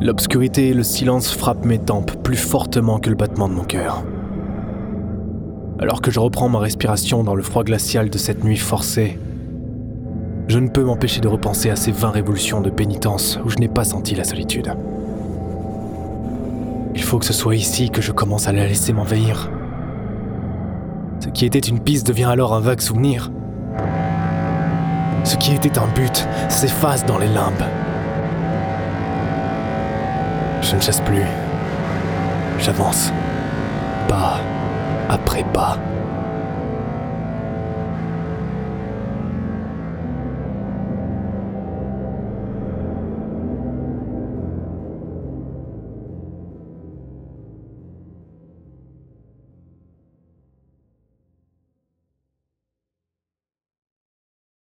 L'obscurité et le silence frappent mes tempes plus fortement que le battement de mon cœur. Alors que je reprends ma respiration dans le froid glacial de cette nuit forcée, je ne peux m'empêcher de repenser à ces 20 révolutions de pénitence où je n'ai pas senti la solitude. Il faut que ce soit ici que je commence à la laisser m'envahir. Ce qui était une piste devient alors un vague souvenir. Ce qui était un but s'efface dans les limbes. Je ne chasse plus. J'avance. Pas après pas.